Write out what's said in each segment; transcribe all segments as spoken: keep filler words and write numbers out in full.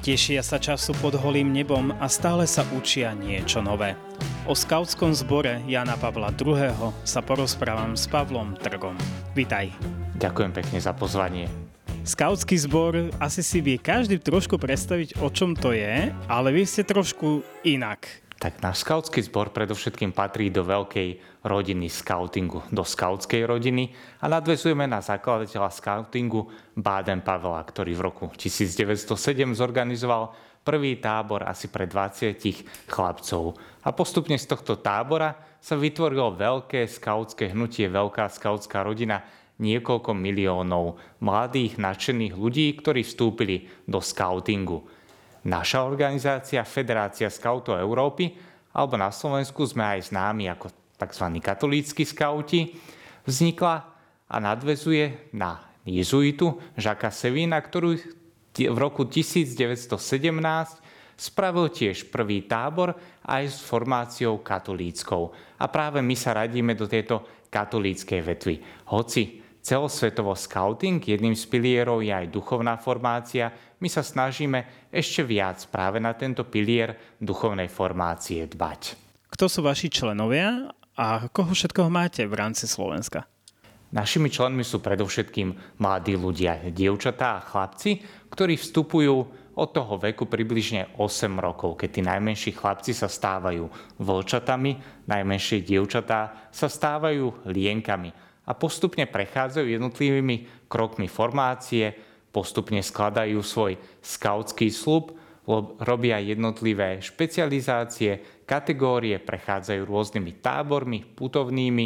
Tešia sa času pod holým nebom a stále sa učia niečo nové. O skautskom zbore Jána Pavla druhého. sa porozprávam s Pavlom Trgom. Vitaj. Ďakujem pekne za pozvanie. Skautský zbor, asi si vie každý trošku predstaviť, o čom to je, ale vy ste trošku inak. Tak náš skautský zbor predovšetkým patrí do veľkej rodiny skautingu, do skautskej rodiny a nadväzujeme na zakladateľa skautingu Baden-Powella, ktorý v roku devätnásťstosedem zorganizoval prvý tábor asi pre dvadsať chlapcov. A postupne z tohto tábora sa vytvorilo veľké skautské hnutie, veľká skautská rodina, niekoľko miliónov mladých, nadšených ľudí, ktorí vstúpili do skautingu. Naša organizácia, Federácia skautov Európy, alebo na Slovensku sme aj známi ako tzv. Katolícki skauti, vznikla a nadväzuje na jezuitu Jacquesa Sévina, ktorý v roku devätnásťstosedemnásť spravil tiež prvý tábor aj s formáciou katolíckou. A práve my sa radíme do tejto katolíckej vetvy. Hoci celosvetovo skauting, jedným z pilierov je aj duchovná formácia, my sa snažíme ešte viac práve na tento pilier duchovnej formácie dbať. Kto sú vaši členovia a koho všetkoho máte v rámci Slovenska? Našimi členmi sú predovšetkým mladí ľudia, dievčatá a chlapci, ktorí vstupujú od toho veku približne osem rokov, keď tí najmenší chlapci sa stávajú vlčatami, najmenšie dievčatá sa stávajú lienkami a postupne prechádzajú jednotlivými krokmi formácie, postupne skladajú svoj skautský sľub, robia jednotlivé špecializácie, kategórie, prechádzajú rôznymi tábormi, putovnými,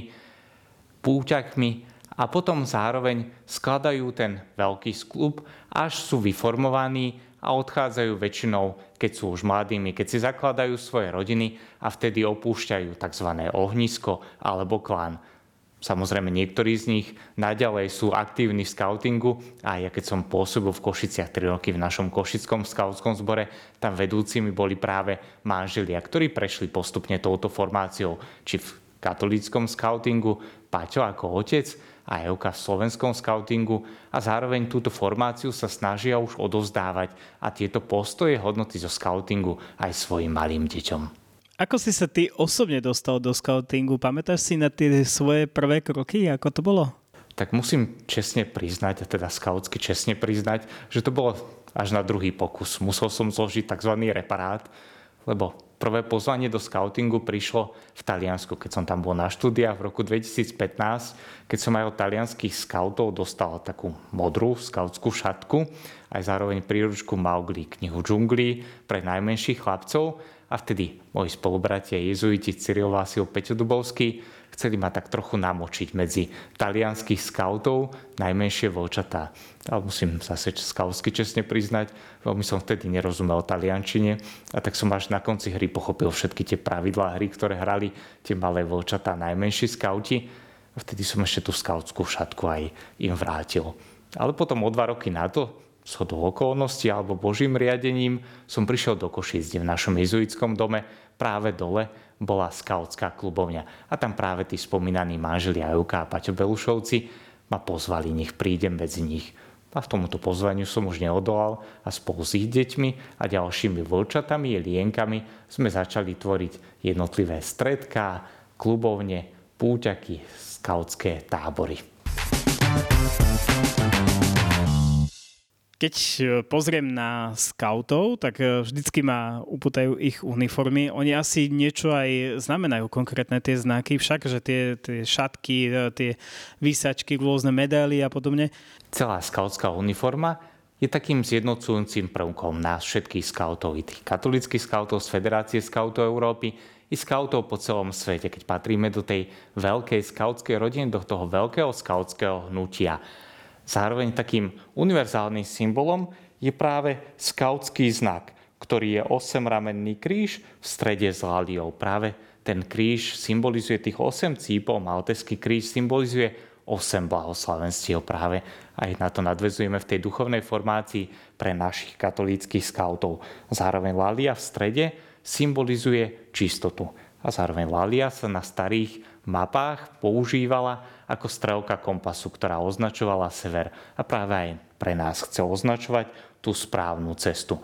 púťakmi a potom zároveň skladajú ten veľký sľub, až sú vyformovaní a odchádzajú väčšinou, keď sú už mladými, keď si zakladajú svoje rodiny a vtedy opúšťajú tzv. Ohnisko alebo klan. Samozrejme, niektorí z nich naďalej sú aktívni v skautingu a ja keď som pôsobil v Košiciach tri roky v našom košickom skautskom zbore, tam vedúcimi boli práve manželia, ktorí prešli postupne touto formáciou, či v katolíckom skautingu, Paťo ako otec a Evka v slovenskom skautingu a zároveň túto formáciu sa snažia už odovzdávať a tieto postoje, hodnoty zo skautingu aj svojim malým deťom. Ako si sa ty osobne dostal do skautingu? Pamätáš si na tie svoje prvé kroky? Ako to bolo? Tak musím čestne priznať, a teda skautsky čestne priznať, že to bolo až na druhý pokus. Musel som zložiť tzv. Reparát, lebo prvé pozvanie do skautingu prišlo v Taliansku, keď som tam bol na štúdiách v roku dvetisícpätnásť, keď som aj od talianských skautov dostal takú modrú skautskú šatku, aj zároveň príručku Mowgli, knihu džunglí pre najmenších chlapcov. A vtedy moji spolubratia jezuiti Cyril Vásil Peťo Dubovský chceli ma tak trochu namočiť medzi talianských skautov najmenšie vlčatá. Ale musím zase skautsky čestne priznať, veľmi som vtedy nerozumel taliančine a tak som až na konci hry pochopil všetky tie pravidlá hry, ktoré hrali tie malé vlčatá najmenší skauti. A vtedy som ešte tú skautskú šatku aj im vrátil. Ale potom o dva roky na to, shodou okolností alebo Božím riadením, som prišiel do Košíc, kde v našom jezuitskom dome práve dole bola skautská klubovňa. A tam práve tí spomínaní manželia Evka a Paťo Belušovci ma pozvali, nech prídem medzi nich. A v tomuto pozvaniu som už neodolal a spolu s ich deťmi a ďalšími vlčatami a lienkami sme začali tvoriť jednotlivé stredká, klubovne, púťaky, skautské tábory. Keď pozriem na skautov, tak vždycky ma upútajú ich uniformy. Oni asi niečo aj znamenajú, konkrétne tie znaky, však, že tie, tie šatky, tie výsačky, rôzne medaily a podobne. Celá skautská uniforma je takým zjednocujúcim prvkom nás všetkých skautov, i tých katolíckych skautov z Federácie skautov Európy, i skautov po celom svete, keď patríme do tej veľkej skautskej rodiny, do toho veľkého skautského hnutia. Zároveň takým univerzálnym symbolom je práve skautský znak, ktorý je osemramenný kríž v strede s laliou. Práve ten kríž symbolizuje tých osem cípov, maltézsky kríž symbolizuje osem blahoslavenstiev práve. Aj na to nadväzujeme v tej duchovnej formácii pre našich katolíckych skautov. Zároveň lalia v strede symbolizuje čistotu. A zároveň lalia sa na starých mapách používala ako strelka kompasu, ktorá označovala sever. A práve aj pre nás chce označovať tú správnu cestu.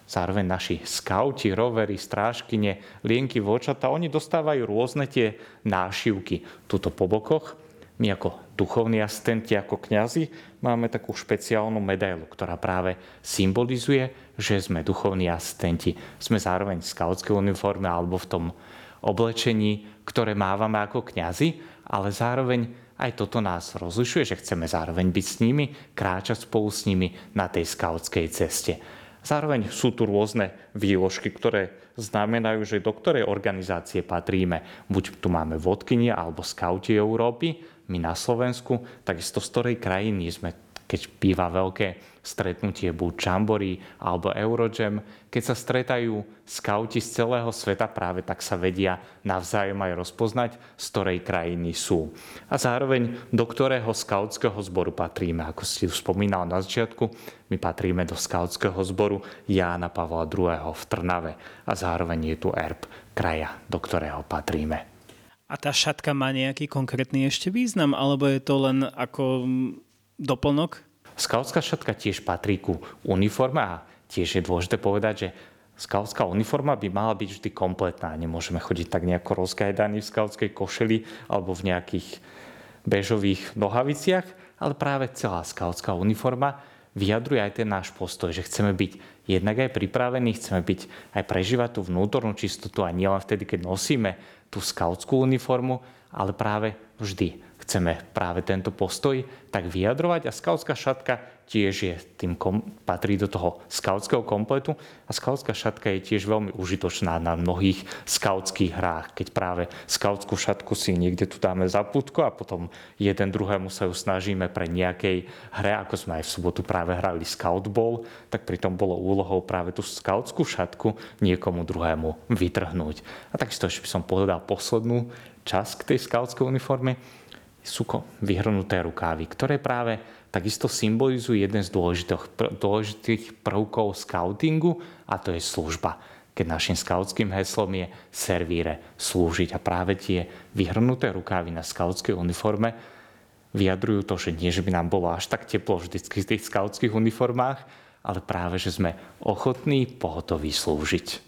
Zároveň naši skauti, rovery, strážkyne, lienky, vlčatá, oni dostávajú rôzne tie nášivky tuto po bokoch. My ako duchovní asistenti, ako kňazi, máme takú špeciálnu medailu, ktorá práve symbolizuje, že sme duchovní asistenti. Sme zároveň v skautskej uniforme alebo v tom oblečení, ktoré mávame ako kňazi, ale zároveň aj toto nás rozlišuje, že chceme zároveň byť s nimi, kráčať spolu s nimi na tej skautskej ceste. Zároveň sú tu rôzne výložky, ktoré znamenajú, že do ktorej organizácie patríme. Buď tu máme vodkynie alebo skauti Európy, my na Slovensku, takisto z ktorej krajiny sme, keď býva veľké stretnutie, buď Jamboree alebo Eurojam, keď sa stretajú skauti z celého sveta, práve tak sa vedia navzájom aj rozpoznať, z ktorej krajiny sú. A zároveň do ktorého skautského zboru patríme. Ako si spomínal na začiatku, my patríme do skautského zboru Jána Pavla druhého. v Trnave. A zároveň je tu erb kraja, do ktorého patríme. A tá šatka má nejaký konkrétny ešte význam, alebo je to len ako doplnok? Skautská šatka tiež patrí ku uniforme a tiež je dôležité povedať, že skautská uniforma by mala byť vždy kompletná. Nemôžeme chodiť tak nejako rozkajdaní v skautskej košeli alebo v nejakých bežových nohaviciach, ale práve celá skautská uniforma vyjadruje aj ten náš postoj, že chceme byť jednak aj pripravení, chceme byť aj prežívať tú vnútornú čistotu a nielen vtedy, keď nosíme tú skautskú uniformu, ale práve vždy chceme práve tento postoj tak vyjadrovať a skautská šatka tiež je tým kom, patrí do toho skautského kompletu a skautská šatka je tiež veľmi užitočná na mnohých skautských hrách, keď práve skautskú šatku si niekde tu dáme za pútko a potom jeden druhému sa ju snažíme pre nejakej hre, ako sme aj v sobotu práve hrali scoutball, tak pritom bolo úlohou práve tú skautskú šatku niekomu druhému vytrhnúť. A takisto ešte by som povedal poslednú časť k tej skautskej uniforme, sú vyhrnuté rukávy, ktoré práve takisto symbolizujú jeden z dôležitých, dôležitých prvkov skautingu a to je služba. Keď našim skautským heslom je servíre, slúžiť. A práve tie vyhrnuté rukávy na skautskej uniforme vyjadrujú to, že nie, že by nám bolo až tak teplo vždycky v tých skautských uniformách, ale práve, že sme ochotní, pohotoví slúžiť.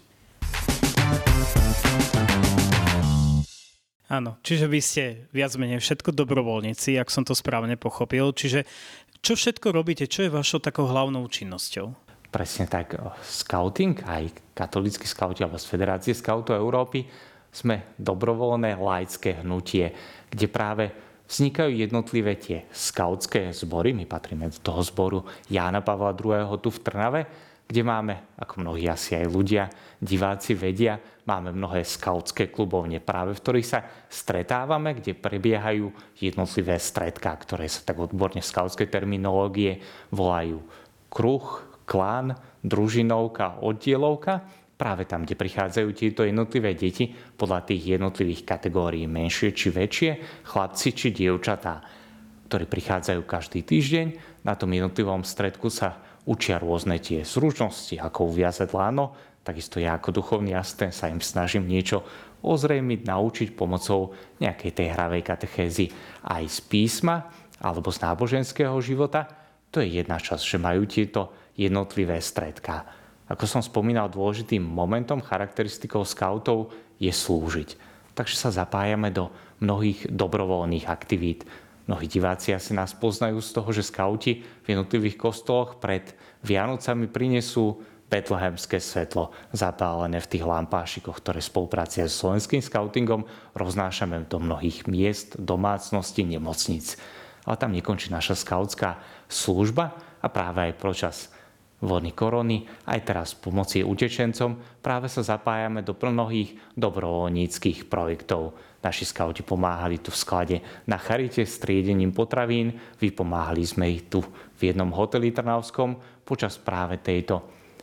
Áno, čiže vy ste viac menej všetko dobrovoľníci, ak som to správne pochopil. Čiže čo všetko robíte? Čo je vašou takou hlavnou činnosťou? Presne tak. Skauting, aj katolícky skauti alebo z Federácie skautov Európy sme dobrovoľné laické hnutie, kde práve vznikajú jednotlivé tie skautské zbory. My patríme do toho zboru Jána Pavla druhého. tu v Trnave, kde máme, ako mnohí asi aj ľudia, diváci vedia, máme mnohé skautské klubovne, práve v ktorých sa stretávame, kde prebiehajú jednotlivé stretká, ktoré sa tak odborne v skautskej terminológie volajú kruh, klán, družinovka, oddielovka. Práve tam, kde prichádzajú tieto jednotlivé deti podľa tých jednotlivých kategórií, menšie či väčšie, chlapci či dievčatá, ktorí prichádzajú každý týždeň. Na tom jednotlivom stretku sa učia rôzne tie zručnosti, ako uviazať láno. Takisto ja ako duchovný asistent sa im snažím niečo ozrejmiť, naučiť pomocou nejakej tej hravej katechézy aj z písma alebo z náboženského života. To je jedna časť, že majú tieto jednotlivé stretká. Ako som spomínal, dôležitým momentom, charakteristikou skautov je slúžiť. Takže sa zapájame do mnohých dobrovoľných aktivít. Mnohí diváci asi nás poznajú z toho, že skauti v jednotlivých kostoloch pred Vianocami prinesú betlehemské svetlo zapálené v tých lampášikoch, ktoré v spolupráci s slovenským skautingom roznášame do mnohých miest, domácností, nemocníc. Ale tam nekončí naša skautská služba a práve aj počas vlny korony, aj teraz pomoci utečencom, práve sa zapájame do mnohých dobrovoľníckych projektov. Naši skauti pomáhali tu v sklade na charite s triedením potravín, vypomáhali sme ich tu v jednom hoteli trnavskom počas práve tejto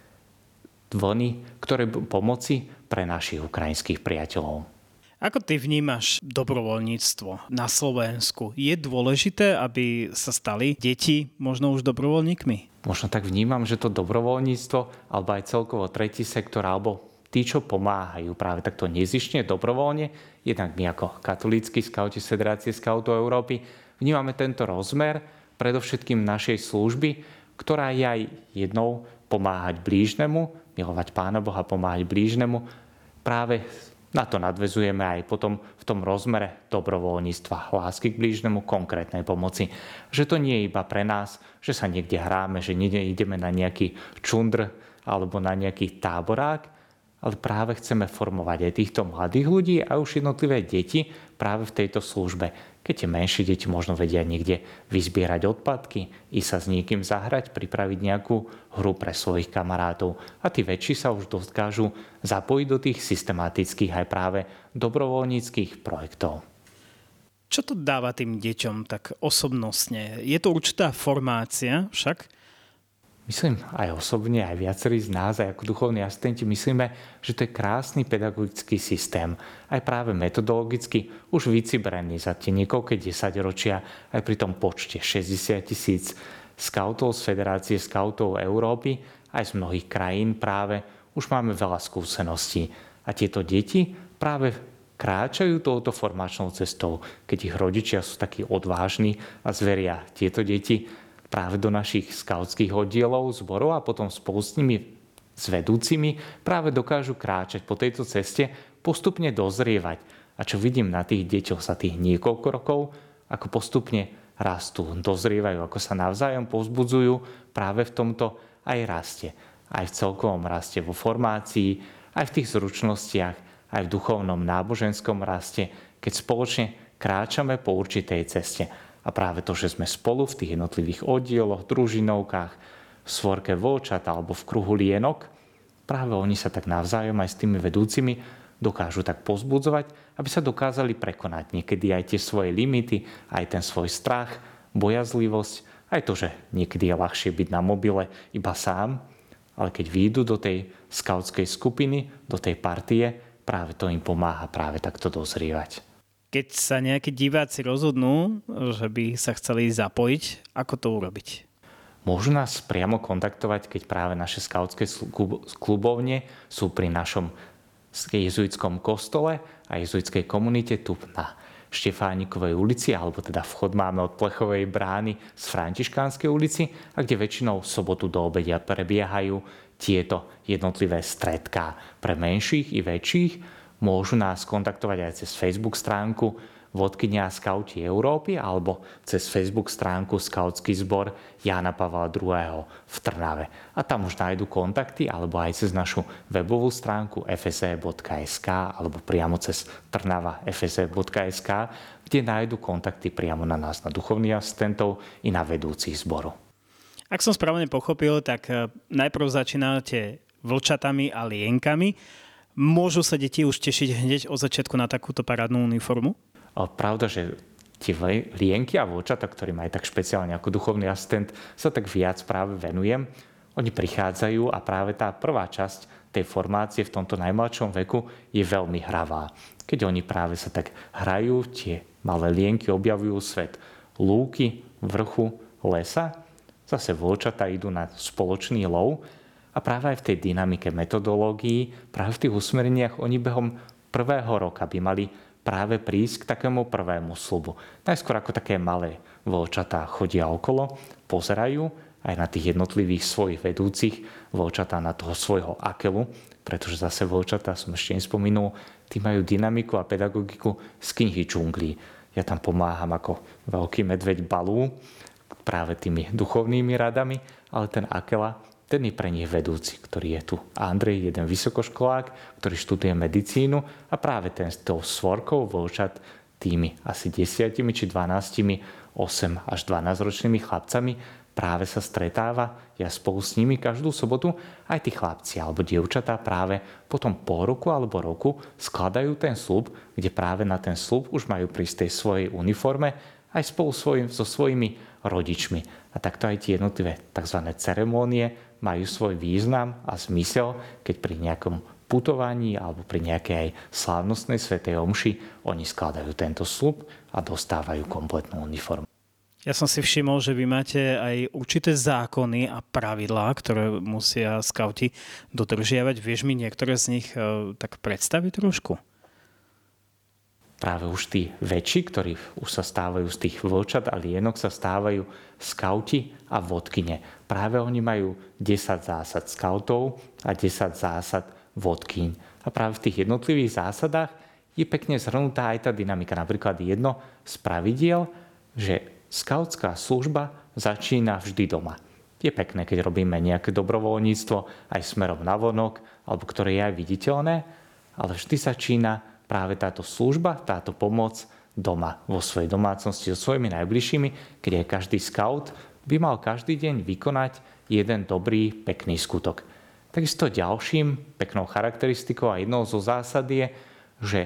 vlny, ktoré pomoci pre našich ukrajinských priateľov. Ako ty vnímaš dobrovoľníctvo na Slovensku? Je dôležité, aby sa stali deti možno už dobrovoľníkmi? Možno tak vnímam, že to dobrovoľníctvo, alebo aj celkovo tretí sektor, alebo tí, čo pomáhajú práve takto nezištne, dobrovoľne, jednak my ako katolícki skauti z Federácie skautov Európy vnímame tento rozmer predovšetkým našej služby, ktorá je aj jednou pomáhať blížnemu, milovať Pána Boha, pomáhať blížnemu. Práve na to nadväzujeme aj potom v tom rozmere dobrovoľníctva, lásky k blížnemu, konkrétnej pomoci. Že to nie je iba pre nás, že sa niekde hráme, že ideme na nejaký čundr alebo na nejaký táborák, ale práve chceme formovať aj týchto mladých ľudí a už jednotlivé deti práve v tejto službe. Keď tie menšie deti možno vedia niekde vyzbierať odpadky, ísť sa s niekým zahrať, pripraviť nejakú hru pre svojich kamarátov. A tí väčší sa už dokážu zapojiť do tých systematických aj práve dobrovoľníckych projektov. Čo to dáva tým deťom tak osobnostne? Je to určitá formácia však? Myslím aj osobne, aj viacerí z nás, aj ako duchovní asistenti, myslíme, že to je krásny pedagogický systém. Aj práve metodologicky už vycibrený za tie niekoľké desaťročia, aj pri tom počte šesťdesiat tisíc skautov z Federácie skautov Európy, aj z mnohých krajín práve, už máme veľa skúseností. A tieto deti práve kráčajú touto formačnou cestou, keď ich rodičia sú takí odvážni a zveria tieto deti práve do našich skautských oddielov, zborov a potom spolu s nimi, s vedúcimi, práve dokážu kráčať po tejto ceste, postupne dozrievať. A čo vidím na tých deťoch za tých niekoľko rokov, ako postupne rastú, dozrievajú, ako sa navzájom povzbudzujú, práve v tomto aj raste. Aj v celkovom raste, vo formácii, aj v tých zručnostiach, aj v duchovnom náboženskom raste, keď spoločne kráčame po určitej ceste. A práve to, že sme spolu v tých jednotlivých oddieloch, družinovkách, v svorke vlčat alebo v kruhu lienok, práve oni sa tak navzájom aj s tými vedúcimi dokážu tak pozbudzovať, aby sa dokázali prekonať niekedy aj tie svoje limity, aj ten svoj strach, bojazlivosť, aj to, že niekedy je ľahšie byť na mobile iba sám, ale keď výjdu do tej skautskej skupiny, do tej partie, práve to im pomáha práve takto dozrievať. Keď sa nejakí diváci rozhodnú, že by sa chceli zapojiť, ako to urobiť? Môžu nás priamo kontaktovať, keď práve naše skautské klubovne sú pri našom jezuitskom kostole a jezuitskej komunite tu na Štefánikovej ulici, alebo teda vchod máme od Plechovej brány z Františkánskej ulici, a kde väčšinou v sobotu do obedia prebiehajú tieto jednotlivé stretká pre menších i väčších. Môžu nás kontaktovať aj cez Facebook stránku Vodkynia Skauti Európy alebo cez Facebook stránku Skautský zbor Jána Pavla druhého. v Trnave. A tam už nájdu kontakty alebo aj cez našu webovú stránku ef es é bodka es ká alebo priamo cez trnava ef es é bodka es ká, kde nájdu kontakty priamo na nás, na duchovných asistentov i na vedúcich zboru. Ak som správne pochopil, tak najprv začínate vlčatami a lienkami. Môžu sa deti už tešiť hneď od začiatku na takúto parádnu uniformu? Pravda, že tie lienky a vlčata, ktorým aj tak špeciálne ako duchovný asistent sa tak viac práve venujem, oni prichádzajú a práve tá prvá časť tej formácie v tomto najmladšom veku je veľmi hravá. Keď oni práve sa tak hrajú, tie malé lienky objavujú svet lúky, vrchu, lesa, zase vlčata idú na spoločný lov. A práve aj v tej dynamike metodológií, práve v tých usmereniach oni behom prvého roka by mali práve prísť k takému prvému sľubu. Najskôr ako také malé vlčatá chodia okolo, pozerajú aj na tých jednotlivých svojich vedúcich, vlčatá na toho svojho akelu, pretože zase vlčatá, som ešte nespomenul, tí majú dynamiku a pedagogiku z knihy džunglí. Ja tam pomáham ako veľký medveď Balú, práve tými duchovnými radami, ale ten akela, ten je pre nich vedúci, ktorý je tu. Andrej, jeden vysokoškolák, ktorý študuje medicínu a práve ten s tou svorkou vlčat tými asi desiatimi či dvanástimi, osem až dvanásť ročnými chlapcami práve sa stretáva. Ja spolu s nimi každú sobotu aj tí chlapci alebo dievčatá práve potom pol roku alebo roku skladajú ten sľub, kde práve na ten sľub už majú prísť tej svojej uniforme aj spolu svojim, so svojimi rodičmi. A takto aj tie jednotlivé tzv. Ceremónie majú svoj význam a zmysel, keď pri nejakom putovaní alebo pri nejakej aj slávnostnej svätej omši oni skladajú tento sľub a dostávajú kompletnú uniformu. Ja som si všimol, že vy máte aj určité zákony a pravidlá, ktoré musia skauti dodržiavať. Vieš mi niektoré z nich tak predstaviť trošku? práve už tí väčší, ktorí už sa stávajú z tých vlčat a lienok, sa stávajú skauti a vodkyne. Práve oni majú desať zásad skautov a desať zásad vodkyň. A práve v tých jednotlivých zásadách je pekne zhrnutá aj tá dynamika. Napríklad jedno z pravidiel, že skautská služba začína vždy doma. Je pekné, keď robíme nejaké dobrovoľníctvo aj smerom na vonok, alebo ktoré je aj viditeľné, ale vždy začína práve táto služba, táto pomoc doma, vo svojej domácnosti, so svojimi najbližšími, keď aj každý skaut by mal každý deň vykonať jeden dobrý, pekný skutok. Takisto ďalším peknou charakteristikou a jednou zo zásad je, že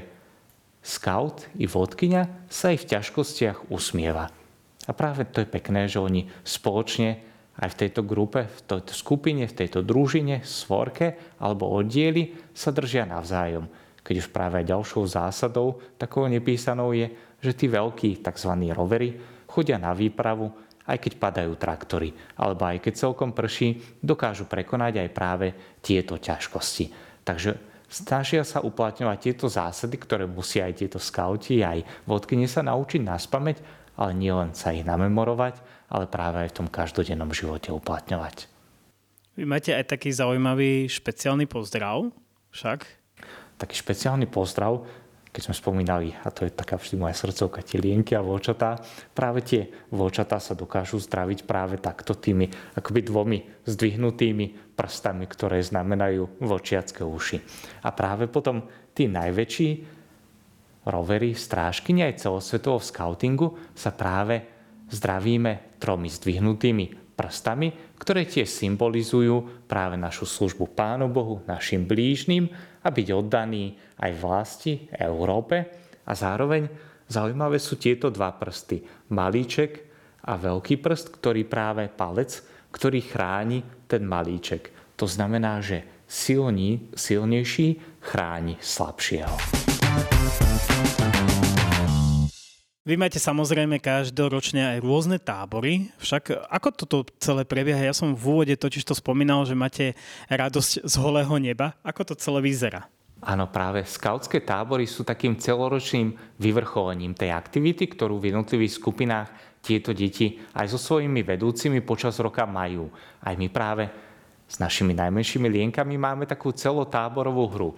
skaut i vodkyňa sa aj v ťažkostiach usmieva. A práve to je pekné, že oni spoločne aj v tejto grupe, v tejto skupine, v tejto družine, svorke alebo oddieli sa držia navzájom. Keď už práve ďalšou zásadou, takou nepísanou je, že tí veľkí tzv. Rovery chodia na výpravu, aj keď padajú traktory, alebo aj keď celkom prší, dokážu prekonať aj práve tieto ťažkosti. Takže snažia sa uplatňovať tieto zásady, ktoré musia aj tieto skauti, aj vodkyne sa naučiť naspamäť, ale nielen sa ich namemorovať, ale práve aj v tom každodennom živote uplatňovať. Vy máte aj taký zaujímavý špeciálny pozdrav však? Taký špeciálny pozdrav, keď sme spomínali, a to je taká vždy moja srdcovka, tie lienky a vlčatá, práve tie vlčatá sa dokážu zdraviť práve takto tými akoby dvomi zdvihnutými prstami, ktoré znamenajú vlčiacké uši. A práve potom tí najväčší rovery, strážkyne aj celosvetovo v skautingu sa práve zdravíme tromi zdvihnutými prstami, ktoré tiež symbolizujú práve našu službu Pánu Bohu, našim blížnym a byť oddaný aj vlasti Európe. A zároveň zaujímavé sú tieto dva prsty. Malíček a veľký prst, ktorý práve palec, ktorý chráni ten malíček. To znamená, že silný, silnejší chráni slabšieho. Vy máte samozrejme každoročne aj rôzne tábory, však ako toto celé prebieha? Ja som v úvode totiž to spomínal, že máte radosť z holého neba. Ako to celé vyzerá? Áno, práve skautské tábory sú takým celoročným vyvrcholením tej aktivity, ktorú v jednotlivých skupinách tieto deti aj so svojimi vedúcimi počas roka majú. Aj my práve s našimi najmenšími lienkami máme takú celotáborovú hru.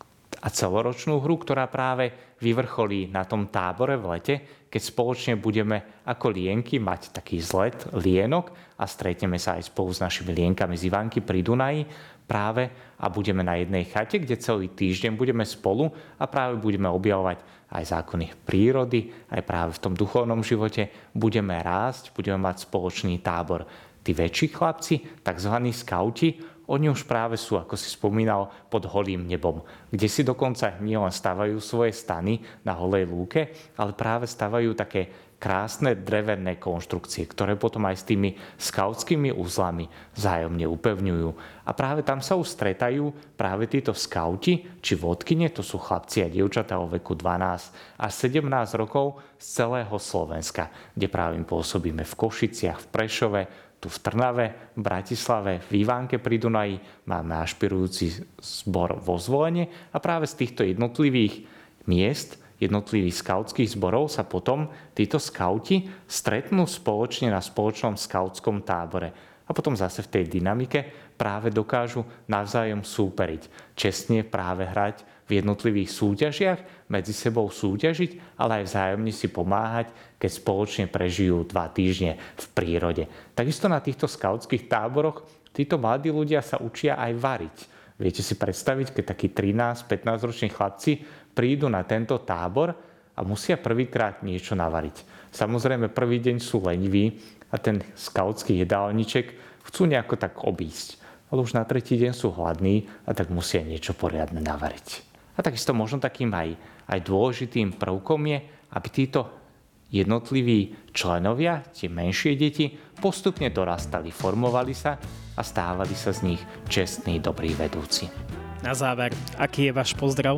A celoročnú hru, ktorá práve vyvrcholí na tom tábore v lete, keď spoločne budeme ako lienky mať taký zlet lienok a stretneme sa aj spolu s našimi lienkami z Ivanky pri Dunaji práve a budeme na jednej chate, kde celý týždeň budeme spolu a práve budeme objavovať aj zákony prírody, aj práve v tom duchovnom živote budeme rásť, budeme mať spoločný tábor. Tí väčší chlapci, tzv. Skauti, oni už práve sú, ako si spomínal, pod holým nebom, kde si dokonca nielen stavajú svoje stany na holej lúke, ale práve stavajú také krásne drevené konštrukcie, ktoré potom aj s tými skautskými uzlami vzájomne upevňujú. A práve tam sa už stretajú práve títo skauti, či vodkyne, to sú chlapci a dievčatá o veku dvanásť až sedemnásť rokov z celého Slovenska, kde práve pôsobíme v Košiciach, v Prešove, tu v Trnave, v Bratislave, v Ivánke pri Dunaji máme ašpirujúci zbor vo Zvolenie a práve z týchto jednotlivých miest, jednotlivých skautských zborov sa potom títo skauti stretnú spoločne na spoločnom skautskom tábore. A potom zase v tej dynamike práve dokážu navzájom súperiť, čestne práve hrať v jednotlivých súťažiach, medzi sebou súťažiť, ale aj vzájomne si pomáhať, keď spoločne prežijú dva týždne v prírode. Takisto na týchto skautských táboroch títo mladí ľudia sa učia aj variť. Viete si predstaviť, keď takí trinásť pätnásť roční chlapci prídu na tento tábor a musia prvýkrát niečo navariť. Samozrejme, prvý deň sú leniví a ten skautský jedálniček chcú nejako tak obísť. Ale už na tretí deň sú hladní a tak musia niečo poriadne navariť. A takisto možno takým aj, aj dôležitým prvkom je, aby títo jednotliví členovia, tie menšie deti, postupne dorastali, formovali sa a stávali sa z nich čestní, dobrí vedúci. Na záver, aký je váš pozdrav?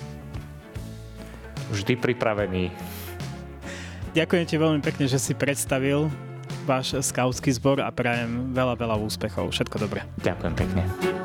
Vždy pripravený. Ďakujem ti veľmi pekne, že si predstavil váš skautský zbor a prajem veľa, veľa úspechov. Všetko dobré. Ďakujem pekne.